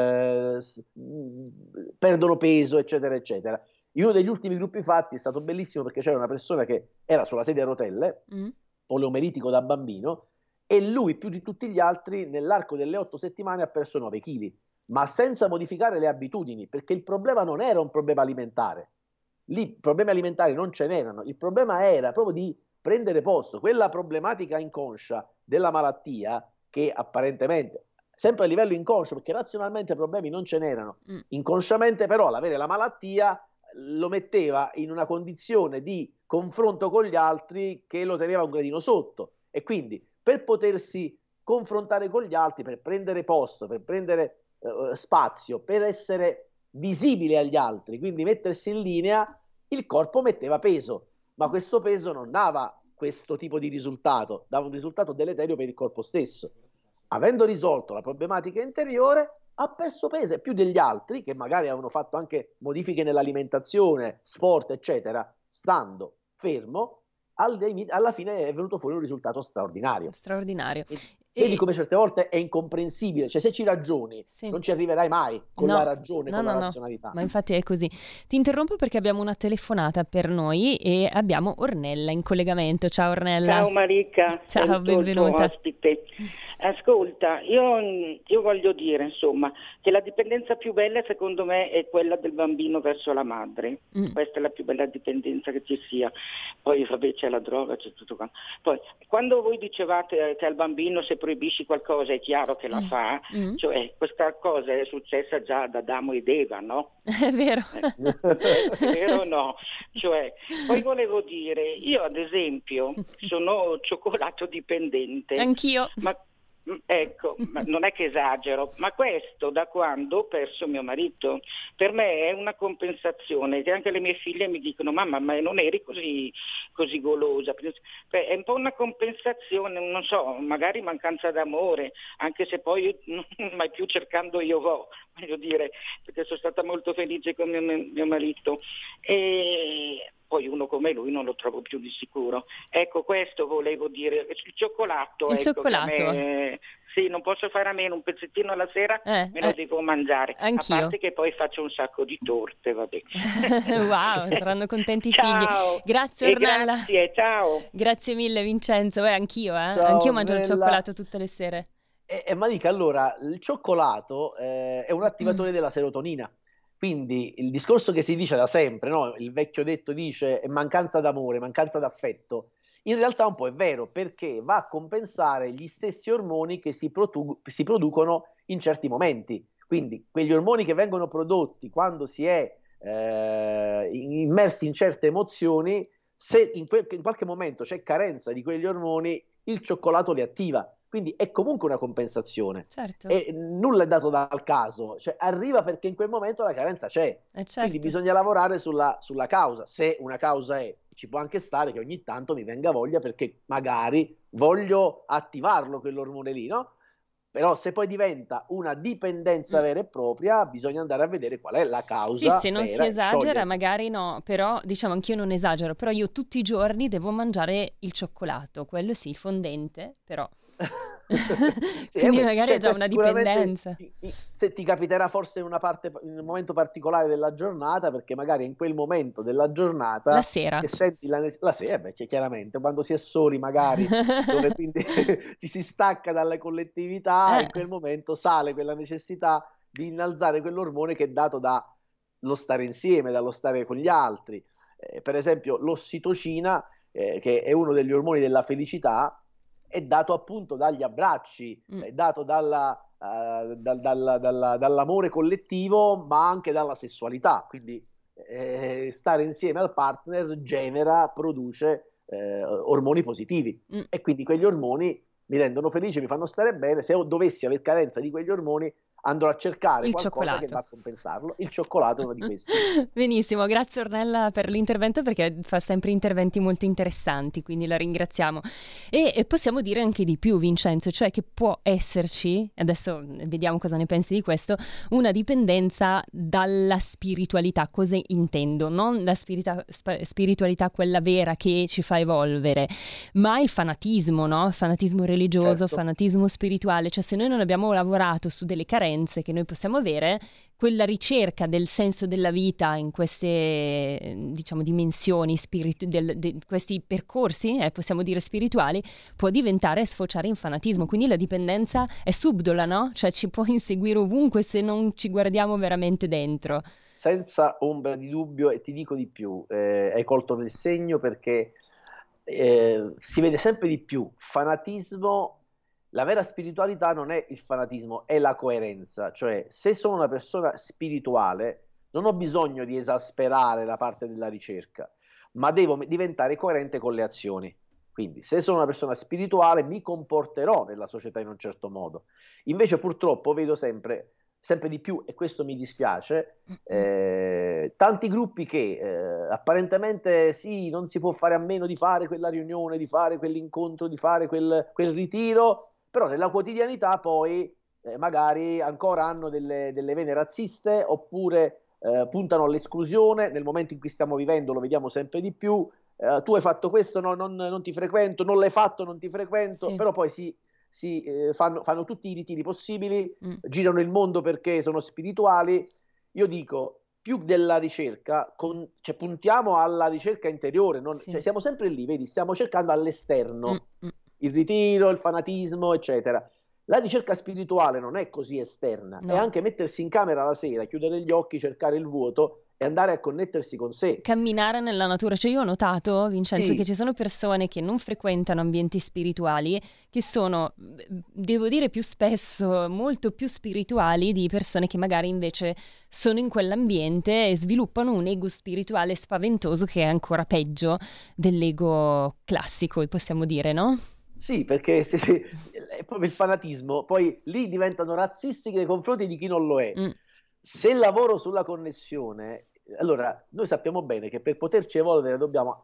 perdono peso, eccetera, eccetera. In uno degli ultimi gruppi fatti è stato bellissimo perché c'era una persona che era sulla sedia a rotelle, poliomelitico da bambino, e lui più di tutti gli altri nell'arco delle 8 settimane ha perso 9 kg, ma senza modificare le abitudini, perché il problema non era un problema alimentare. Lì problemi alimentari non ce n'erano, il problema era proprio di prendere posto. Quella problematica inconscia della malattia, che apparentemente, sempre a livello inconscio, perché razionalmente problemi non ce n'erano, inconsciamente però l'avere la malattia lo metteva in una condizione di confronto con gli altri che lo teneva un gradino sotto, e quindi per potersi confrontare con gli altri, per prendere posto, per prendere spazio, per essere visibile agli altri, quindi mettersi in linea, il corpo metteva peso, ma questo peso non dava questo tipo di risultato, dava un risultato deleterio per il corpo stesso. Avendo risolto la problematica interiore, ha perso peso, e più degli altri che magari avevano fatto anche modifiche nell'alimentazione, sport, eccetera, stando fermo, alla fine è venuto fuori un risultato straordinario. Straordinario. Vedi come certe volte è incomprensibile, cioè se ci ragioni non ci arriverai mai con la ragione, con la razionalità. Ma infatti è così. Ti interrompo perché abbiamo una telefonata per noi e abbiamo Ornella in collegamento. Ciao Ornella. Ciao Marica. Ciao, benvenuta. Ospite. Ascolta, io voglio dire insomma che la dipendenza più bella secondo me è quella del bambino verso la madre. Questa è la più bella dipendenza che ci sia. Poi vabbè c'è la droga, c'è tutto qua. Poi quando voi dicevate che al bambino se proibisci qualcosa è chiaro che la fa, cioè questa cosa è successa già da Adamo ed Eva, no? È vero. Vero o no? Cioè, poi volevo dire, io ad esempio sono cioccolato dipendente. Anch'io. Ecco, ma non è che esagero, ma questo da quando ho perso mio marito, per me è una compensazione, che anche le mie figlie mi dicono mamma ma non eri così golosa, è un po' una compensazione, non so, magari mancanza d'amore, anche se poi mai più cercando io voglio dire, perché sono stata molto felice con mio marito, e poi uno come lui non lo trovo più di sicuro. Ecco, questo volevo dire. Il cioccolato. Cioccolato. Sì, non posso fare a meno, un pezzettino alla sera me lo devo mangiare. Anch'io. A parte che poi faccio un sacco di torte, vabbè. Wow, saranno contenti i ciao. Figli. Grazie Ornella. Grazie, ciao. Grazie mille Vincenzo. Anch'io, Ciao, anch'io mangio il Ornella. cioccolato tutte le sere. Malika, allora, il cioccolato è un attivatore della serotonina. Quindi il discorso che si dice da sempre, no? Il vecchio detto dice è mancanza d'amore, mancanza d'affetto, in realtà un po' è vero, perché va a compensare gli stessi ormoni che si producono in certi momenti. Quindi quegli ormoni che vengono prodotti quando si è immersi in certe emozioni, se in qualche momento c'è carenza di quegli ormoni, il cioccolato li attiva. Quindi è comunque una compensazione. Certo. E nulla è dato dal caso, cioè arriva perché in quel momento la carenza c'è. Certo. Quindi bisogna lavorare sulla causa. Se una causa ci può anche stare che ogni tanto mi venga voglia perché magari voglio attivarlo quell'ormone lì, no? Però se poi diventa una dipendenza vera e propria, bisogna andare a vedere qual è la causa. Sì, se non si esagera magari no, però diciamo anch'io non esagero, però io tutti i giorni devo mangiare il cioccolato, quello sì, il fondente, però Sì, Quindi beh, magari è già c'è una sicuramente, dipendenza. se ti capiterà forse in un momento particolare della giornata, perché magari in quel momento della La giornata sera. che senti la sera, beh, chiaramente, quando si è soli magari, dove quindi ci si stacca dalle collettività, in quel momento sale quella necessità di innalzare quell'ormone che è dato dallo stare insieme, dallo stare con gli altri. Per esempio, l'ossitocina, che è uno degli ormoni della felicità, è dato appunto dagli abbracci, è dato dall'amore collettivo, ma anche dalla sessualità. Quindi stare insieme al partner produce ormoni positivi, e quindi quegli ormoni mi rendono felice, mi fanno stare bene. Se dovessi aver carenza di quegli ormoni, andrò a cercare Il qualcosa cioccolato. che va a compensarlo. Il cioccolato è uno di questi. Benissimo, grazie Ornella per l'intervento, perché fa sempre interventi molto interessanti, quindi la ringraziamo. E possiamo dire anche di più, Vincenzo, cioè che può esserci, adesso vediamo cosa ne pensi di questo, una dipendenza dalla spiritualità. Cosa intendo? Non la spiritualità quella vera che ci fa evolvere, ma il fanatismo, no? Il fanatismo religioso, Certo. fanatismo spirituale. Cioè, se noi non abbiamo lavorato su delle carenze che noi possiamo avere, quella ricerca del senso della vita in queste, diciamo, dimensioni questi percorsi, possiamo dire spirituali, può diventare e sfociare in fanatismo. Quindi la dipendenza è subdola, no? Cioè ci può inseguire ovunque se non ci guardiamo veramente dentro. Senza ombra di dubbio, e ti dico di più, hai colto nel segno, perché si vede sempre di più fanatismo. La vera spiritualità non è il fanatismo, è la coerenza. Cioè, se sono una persona spirituale, non ho bisogno di esasperare la parte della ricerca, ma devo diventare coerente con le azioni. Quindi, se sono una persona spirituale, mi comporterò nella società in un certo modo. Invece, purtroppo, vedo sempre di più, e questo mi dispiace, tanti gruppi che apparentemente sì, non si può fare a meno di fare quella riunione, di fare quell'incontro, di fare quel ritiro, però nella quotidianità poi magari ancora hanno delle vene razziste, oppure puntano all'esclusione. Nel momento in cui stiamo vivendo lo vediamo sempre di più. Tu hai fatto questo, no, non ti frequento, non l'hai fatto, non ti frequento. Sì. Però poi fanno tutti i ritiri possibili, girano il mondo perché sono spirituali. Io dico, più della ricerca, cioè puntiamo alla ricerca interiore, cioè siamo sempre lì, vedi, stiamo cercando all'esterno il ritiro, il fanatismo, eccetera. La ricerca spirituale non è così esterna, è anche mettersi in camera la sera, chiudere gli occhi, cercare il vuoto e andare a connettersi con sé. Camminare nella natura. Cioè io ho notato, Vincenzo, che ci sono persone che non frequentano ambienti spirituali, che sono, devo dire più spesso, molto più spirituali di persone che magari invece sono in quell'ambiente e sviluppano un ego spirituale spaventoso, che è ancora peggio dell'ego classico, possiamo dire, no? Sì, perché è proprio il fanatismo, poi lì diventano razzisti nei confronti di chi non lo è. Se lavoro sulla connessione, allora noi sappiamo bene che per poterci evolvere dobbiamo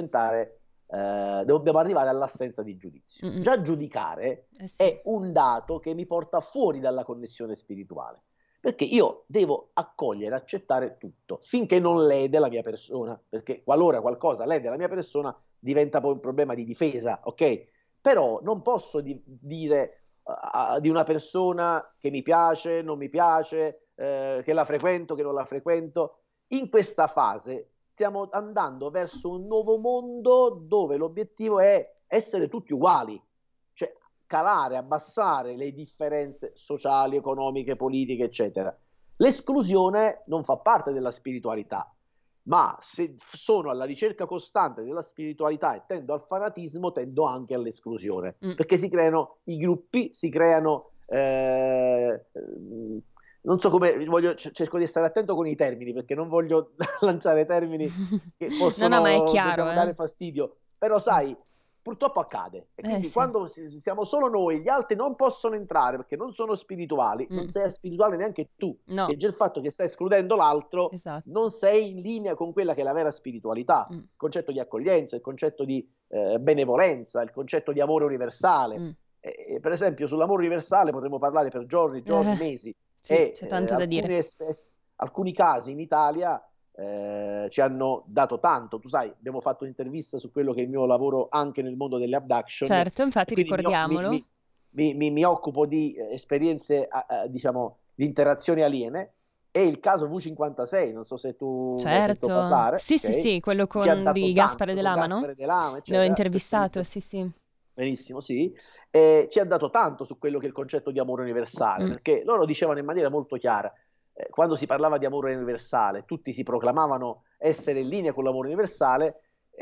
arrivare all'assenza di giudizio. Già giudicare è un dato che mi porta fuori dalla connessione spirituale, perché io devo accogliere, accettare tutto, finché non lede la mia persona, perché qualora qualcosa lede la mia persona diventa poi un problema di difesa, ok? Però non posso dire di una persona che mi piace, non mi piace, che la frequento, che non la frequento. In questa fase stiamo andando verso un nuovo mondo dove l'obiettivo è essere tutti uguali, cioè calare, abbassare le differenze sociali, economiche, politiche, eccetera. L'esclusione non fa parte della spiritualità, ma se sono alla ricerca costante della spiritualità e tendo al fanatismo, tendo anche all'esclusione, perché si creano i gruppi, si creano non so come, cerco di stare attento con i termini, perché non voglio lanciare termini che possono dare fastidio, però sai, purtroppo accade, e quindi quando siamo solo noi, gli altri non possono entrare perché non sono spirituali. Non sei spirituale neanche tu, che già il fatto che stai escludendo l'altro, non sei in linea con quella che è la vera spiritualità, il concetto di accoglienza, il concetto di benevolenza, il concetto di amore universale. Per esempio sull'amore universale potremmo parlare per giorni, mesi. C'è tanto da dire. Alcuni casi in Italia ci hanno dato tanto. Tu sai, abbiamo fatto un'intervista su quello che è il mio lavoro anche nel mondo delle abduction. Certo, infatti ricordiamolo. mi occupo di esperienze, diciamo, di interazioni aliene. È il caso V56, non so se tu ne hai sentito parlare. Sì, okay? Sì, quello di Gaspare De Lama, no? L'ho intervistato, sì. Benissimo, sì. Ci ha dato tanto su quello che è il concetto di amore universale, perché loro dicevano in maniera molto chiara, quando si parlava di amore universale, tutti si proclamavano essere in linea con l'amore universale,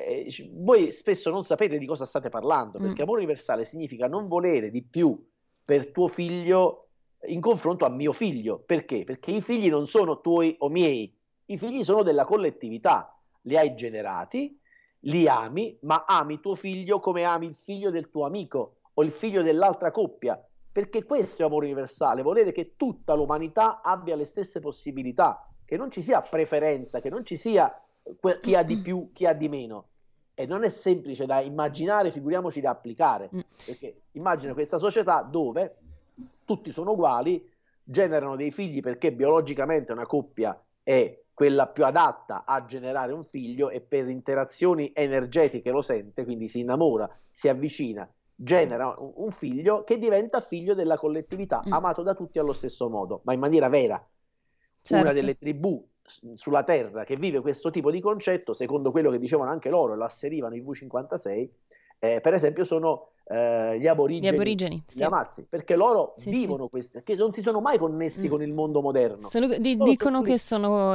voi spesso non sapete di cosa state parlando, perché amore universale significa non volere di più per tuo figlio in confronto a mio figlio. Perché? Perché i figli non sono tuoi o miei, i figli sono della collettività, li hai generati, li ami, ma ami tuo figlio come ami il figlio del tuo amico o il figlio dell'altra coppia, perché questo è amore universale, volere che tutta l'umanità abbia le stesse possibilità, che non ci sia preferenza, che non ci sia chi ha di più, chi ha di meno. E non è semplice da immaginare, figuriamoci da applicare, perché immagina questa società dove tutti sono uguali, generano dei figli perché biologicamente una coppia è quella più adatta a generare un figlio e per interazioni energetiche lo sente, quindi si innamora, si avvicina, genera un figlio che diventa figlio della collettività, amato da tutti allo stesso modo, ma in maniera vera. Certo. Una delle tribù sulla Terra che vive questo tipo di concetto, secondo quello che dicevano anche loro, lo asserivano i V56, per esempio sono gli aborigeni, gli Amazzi, perché loro vivono queste, che non si sono mai connessi con il mondo moderno. Dicono che sono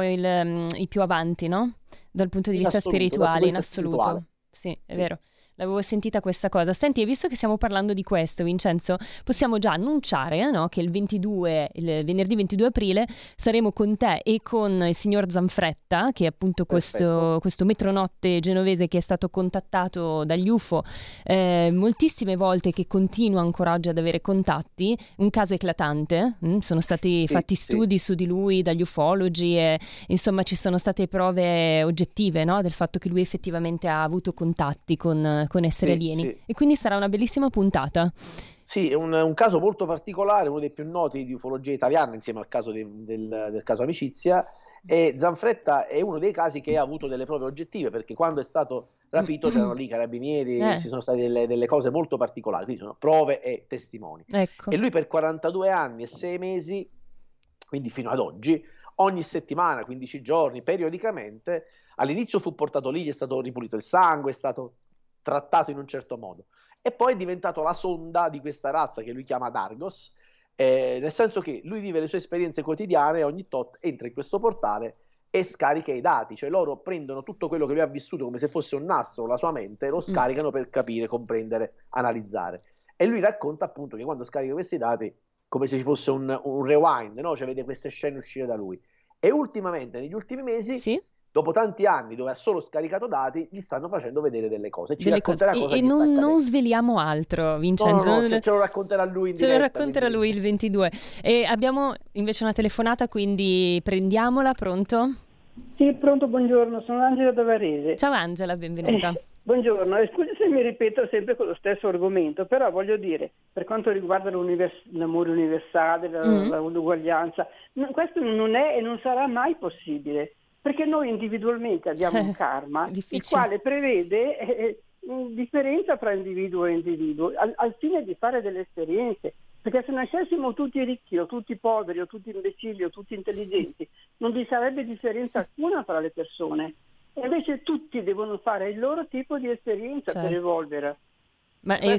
i più avanti, no? Dal punto di vista spirituale, in assoluto. Sì, è vero. L'avevo sentita questa cosa. Senti, e visto che stiamo parlando di questo, Vincenzo, possiamo già annunciare, no, che il venerdì 22 aprile saremo con te e con il signor Zanfretta, che è appunto questo metronotte genovese che è stato contattato dagli UFO moltissime volte, che continua ancora oggi ad avere contatti. Un caso eclatante, sono stati fatti studi su di lui dagli ufologi e insomma ci sono state prove oggettive, no, del fatto che lui effettivamente ha avuto contatti con esseri alieni, e quindi sarà una bellissima puntata. Sì, è un caso molto particolare, uno dei più noti di ufologia italiana insieme al caso del caso Amicizia, e Zanfretta è uno dei casi che ha avuto delle prove oggettive, perché quando è stato rapito c'erano lì carabinieri, ci sono state delle cose molto particolari, quindi sono prove e testimoni. Ecco. E lui per 42 anni e 6 mesi, quindi fino ad oggi, ogni settimana, 15 giorni, periodicamente, all'inizio fu portato lì, gli è stato ripulito il sangue, è stato trattato in un certo modo, e poi è diventato la sonda di questa razza che lui chiama Dargos, nel senso che lui vive le sue esperienze quotidiane e ogni tot entra in questo portale e scarica i dati, cioè loro prendono tutto quello che lui ha vissuto come se fosse un nastro, la sua mente, e lo scaricano per capire, comprendere, analizzare. E lui racconta appunto che quando scarica questi dati, come se ci fosse un rewind, no? Cioè vede queste scene uscire da lui. E ultimamente, negli ultimi mesi, dopo tanti anni dove ha solo scaricato dati, gli stanno facendo vedere delle cose. Ci racconterà cosa e non sveliamo altro, Vincenzo. No, ce lo racconterà lui in diretta. Ce lo racconterà lui il 22. E abbiamo invece una telefonata, quindi prendiamola. Pronto? Sì, pronto, buongiorno, sono Angela da Varese. Ciao Angela, benvenuta. Buongiorno, scusi se mi ripeto sempre con lo stesso argomento, però voglio dire, per quanto riguarda l'amore universale, l'uguaglianza, questo non è e non sarà mai possibile. Perché noi individualmente abbiamo un karma, il quale prevede differenza tra individuo e individuo, al fine di fare delle esperienze. Perché se nascessimo tutti ricchi o tutti poveri o tutti imbecilli o tutti intelligenti, non vi sarebbe differenza alcuna tra le persone. E invece tutti devono fare il loro tipo di esperienza per evolvere. Ma è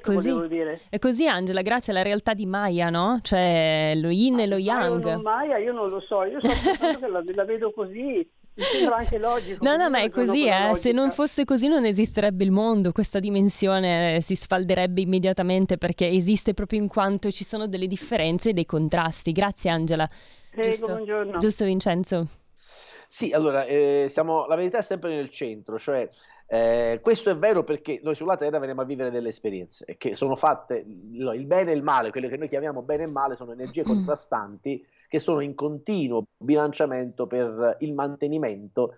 così, Angela, grazie alla realtà di Maya, no? Cioè lo yin e lo yang. Maya, io non lo so, io so che la vedo così. Mi sembra anche logico. No, ma è così, se non fosse così non esisterebbe il mondo, questa dimensione si sfalderebbe immediatamente, perché esiste proprio in quanto ci sono delle differenze e dei contrasti. Grazie Angela. Prego, buongiorno. Giusto Vincenzo? Sì, allora, la verità è sempre nel centro, cioè questo è vero perché noi sulla Terra veniamo a vivere delle esperienze che sono fatte, il bene e il male, quello che noi chiamiamo bene e male sono energie contrastanti che sono in continuo bilanciamento per il mantenimento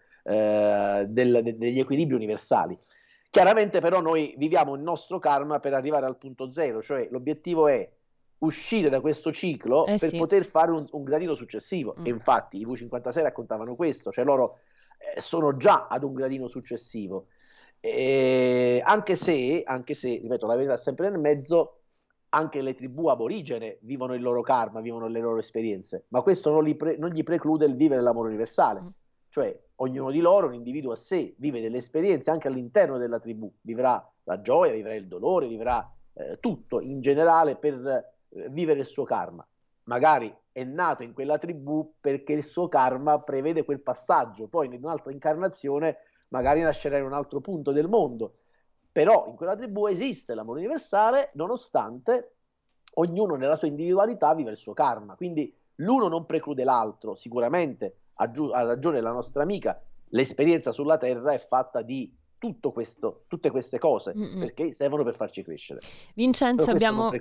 degli equilibri universali. Chiaramente però noi viviamo il nostro karma per arrivare al punto zero, cioè l'obiettivo è uscire da questo ciclo per poter fare un gradino successivo. E infatti i V56 raccontavano questo, cioè loro sono già ad un gradino successivo, anche se, ripeto, la verità è sempre nel mezzo. anche le tribù aborigene vivono il loro karma, vivono le loro esperienze, ma questo non gli preclude il vivere l'amore universale. Cioè ognuno di loro, un individuo a sé, vive delle esperienze anche all'interno della tribù, vivrà la gioia, vivrà il dolore, vivrà tutto in generale per vivere il suo karma. Magari è nato in quella tribù perché il suo karma prevede quel passaggio, poi in un'altra incarnazione magari nascerà in un altro punto del mondo, però in quella tribù esiste l'amore universale nonostante ognuno nella sua individualità vive il suo karma, quindi l'uno non preclude l'altro. Sicuramente ha ragione la nostra amica, l'esperienza sulla Terra è fatta di tutte queste cose, perché servono per farci crescere. Vincenzo, abbiamo...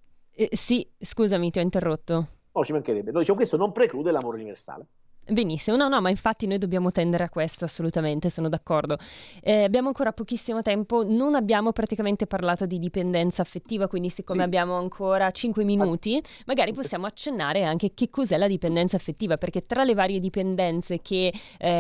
sì, scusami, ti ho interrotto. No, ci mancherebbe. Noi diciamo questo non preclude l'amore universale. Benissimo, no, ma infatti noi dobbiamo tendere a questo, assolutamente, sono d'accordo. Abbiamo ancora pochissimo tempo, non abbiamo praticamente parlato di dipendenza affettiva, quindi siccome abbiamo ancora 5 minuti, magari possiamo accennare anche che cos'è la dipendenza affettiva, perché tra le varie dipendenze che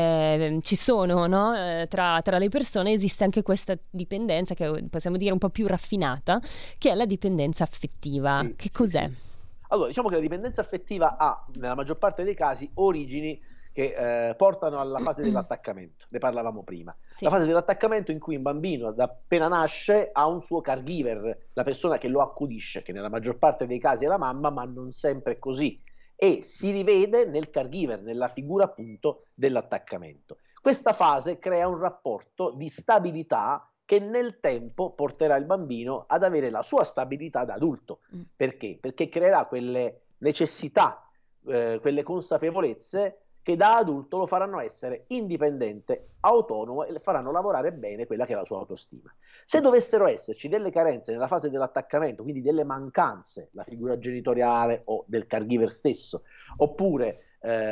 ci sono, no? tra le persone esiste anche questa dipendenza che possiamo dire un po' più raffinata, che è la dipendenza affettiva. Che cos'è? Sì. Allora, diciamo che la dipendenza affettiva ha, nella maggior parte dei casi, origini che portano alla fase dell'attaccamento. Ne parlavamo prima. Sì. La fase dell'attaccamento in cui un bambino, appena nasce, ha un suo caregiver, la persona che lo accudisce, che nella maggior parte dei casi è la mamma, ma non sempre è così. E si rivede nel caregiver, nella figura appunto dell'attaccamento. Questa fase crea un rapporto di stabilità che nel tempo porterà il bambino ad avere la sua stabilità da adulto. Perché? Perché creerà quelle necessità, quelle consapevolezze che da adulto lo faranno essere indipendente, autonomo e faranno lavorare bene quella che è la sua autostima. Se dovessero esserci delle carenze nella fase dell'attaccamento, quindi delle mancanze, la figura genitoriale o del caregiver stesso, oppure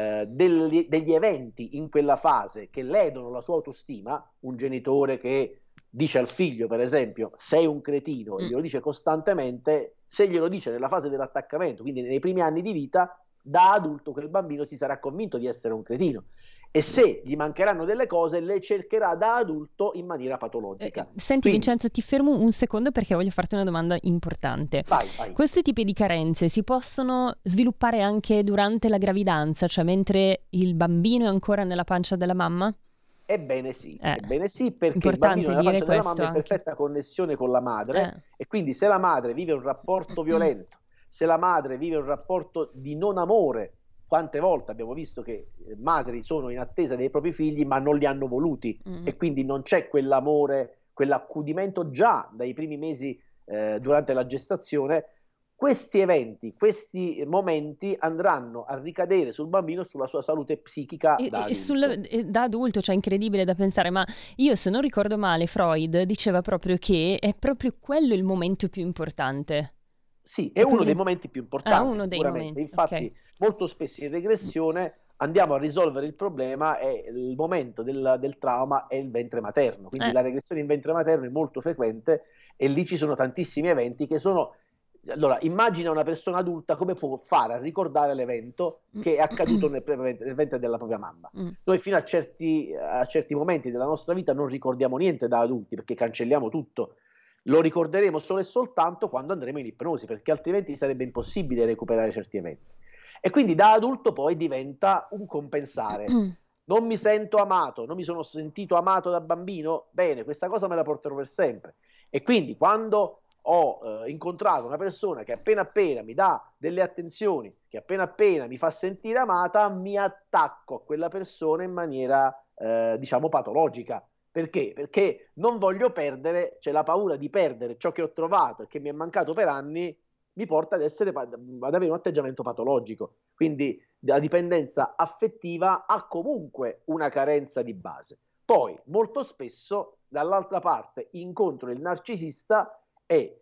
degli eventi in quella fase che ledono la sua autostima, un genitore che dice al figlio, per esempio, sei un cretino, e glielo dice costantemente, se glielo dice nella fase dell'attaccamento, quindi nei primi anni di vita, da adulto quel bambino si sarà convinto di essere un cretino, e se gli mancheranno delle cose le cercherà da adulto in maniera patologica. Senti, quindi, Vincenzo, ti fermo un secondo perché voglio farti una domanda importante. Vai. Questi tipi di carenze si possono sviluppare anche durante la gravidanza, cioè mentre il bambino è ancora nella pancia della mamma? Ebbene sì, perché il bambino nella pancia della mamma è in perfetta connessione con la madre, e quindi se la madre vive un rapporto violento, se la madre vive un rapporto di non amore, quante volte abbiamo visto che madri sono in attesa dei propri figli ma non li hanno voluti, e quindi non c'è quell'amore, quell'accudimento già dai primi mesi durante la gestazione. Questi eventi, questi momenti andranno a ricadere sul bambino, sulla sua salute psichica da adulto. Da adulto, cioè incredibile da pensare, ma io, se non ricordo male, Freud diceva proprio che è proprio quello il momento più importante. Sì, è uno dei momenti più importanti, sicuramente. Infatti, molto spesso in regressione andiamo a risolvere il problema e il momento del trauma è il ventre materno. Quindi la regressione in ventre materno è molto frequente e lì ci sono tantissimi eventi che sono... Allora, immagina una persona adulta come può fare a ricordare l'evento che è accaduto nel ventre della propria mamma. Noi fino a certi momenti della nostra vita non ricordiamo niente da adulti perché cancelliamo tutto. Lo ricorderemo solo e soltanto quando andremo in ipnosi, perché altrimenti sarebbe impossibile recuperare certi eventi. E quindi da adulto poi diventa un compensare. Non mi sento amato, non mi sono sentito amato da bambino, bene, questa cosa me la porterò per sempre. E quindi quando ho incontrato una persona che appena mi dà delle attenzioni, che appena mi fa sentire amata, mi attacco a quella persona in maniera diciamo patologica. Perché? Perché non voglio perdere, cioè la paura di perdere ciò che ho trovato e che mi è mancato per anni mi porta ad avere un atteggiamento patologico. Quindi la dipendenza affettiva ha comunque una carenza di base. Poi molto spesso dall'altra parte incontro il narcisista e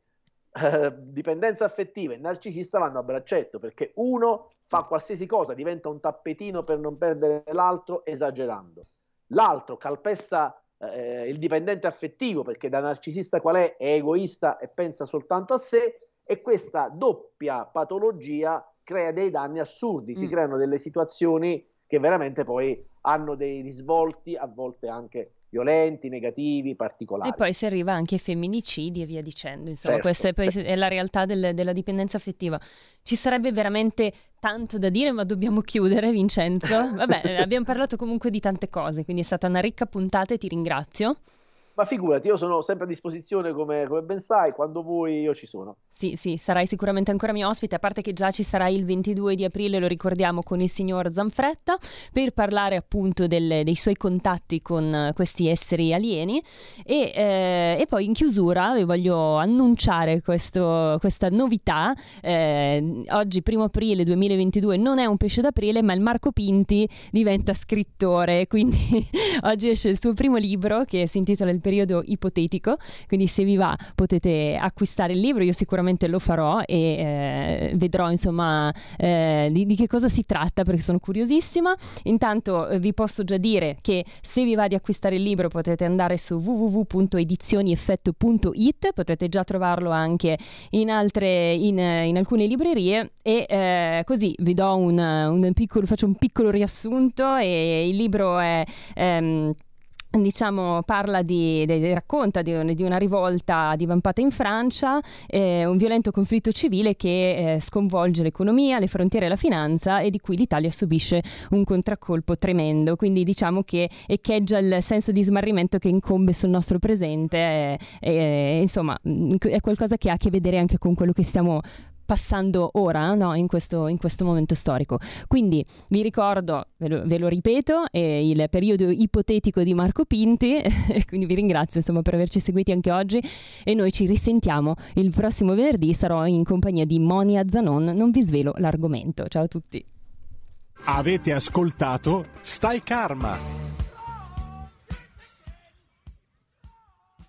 dipendenza affettiva e narcisista vanno a braccetto, perché uno fa qualsiasi cosa, diventa un tappetino per non perdere l'altro esagerando, l'altro calpesta il dipendente affettivo perché da narcisista qual è egoista e pensa soltanto a sé, e questa doppia patologia crea dei danni assurdi, si creano delle situazioni che veramente poi hanno dei risvolti a volte anche violenti, negativi, particolari. E poi si arriva anche ai femminicidi e via dicendo, insomma, Certo, questa è, poi certo. è la realtà della dipendenza affettiva. Ci sarebbe veramente tanto da dire, ma dobbiamo chiudere, Vincenzo. Vabbè, abbiamo parlato comunque di tante cose, quindi è stata una ricca puntata e ti ringrazio. Ma figurati, io sono sempre a disposizione, come ben sai, quando vuoi io ci sono. Sì, sarai sicuramente ancora mio ospite, a parte che già ci sarai il 22 di aprile, lo ricordiamo, con il signor Zanfretta, per parlare appunto dei suoi contatti con questi esseri alieni. E poi in chiusura vi voglio annunciare questa novità. Oggi, 1 aprile 2022, non è un pesce d'aprile, ma il Marco Pinti diventa scrittore, quindi oggi esce il suo primo libro che si intitola Il periodo ipotetico, quindi se vi va potete acquistare il libro, io sicuramente lo farò e vedrò insomma di che cosa si tratta, perché sono curiosissima. Intanto vi posso già dire che se vi va di acquistare il libro potete andare su www.edizionieffetto.it, potete già trovarlo anche in alcune librerie e così vi do faccio un piccolo riassunto. E il libro è parla racconta di una rivolta divampata in Francia, un violento conflitto civile che sconvolge l'economia, le frontiere e la finanza, e di cui l'Italia subisce un contraccolpo tremendo. Quindi diciamo che echeggia il senso di smarrimento che incombe sul nostro presente, insomma è qualcosa che ha a che vedere anche con quello che stiamo passando ora, no? in questo momento storico. Quindi vi ricordo, ve lo ripeto, il periodo ipotetico di Marco Pinti, e quindi vi ringrazio insomma per averci seguiti anche oggi, e noi ci risentiamo il prossimo venerdì. Sarò in compagnia di Monia Zanon, non vi svelo l'argomento. Ciao a tutti. Avete ascoltato Stai Karma.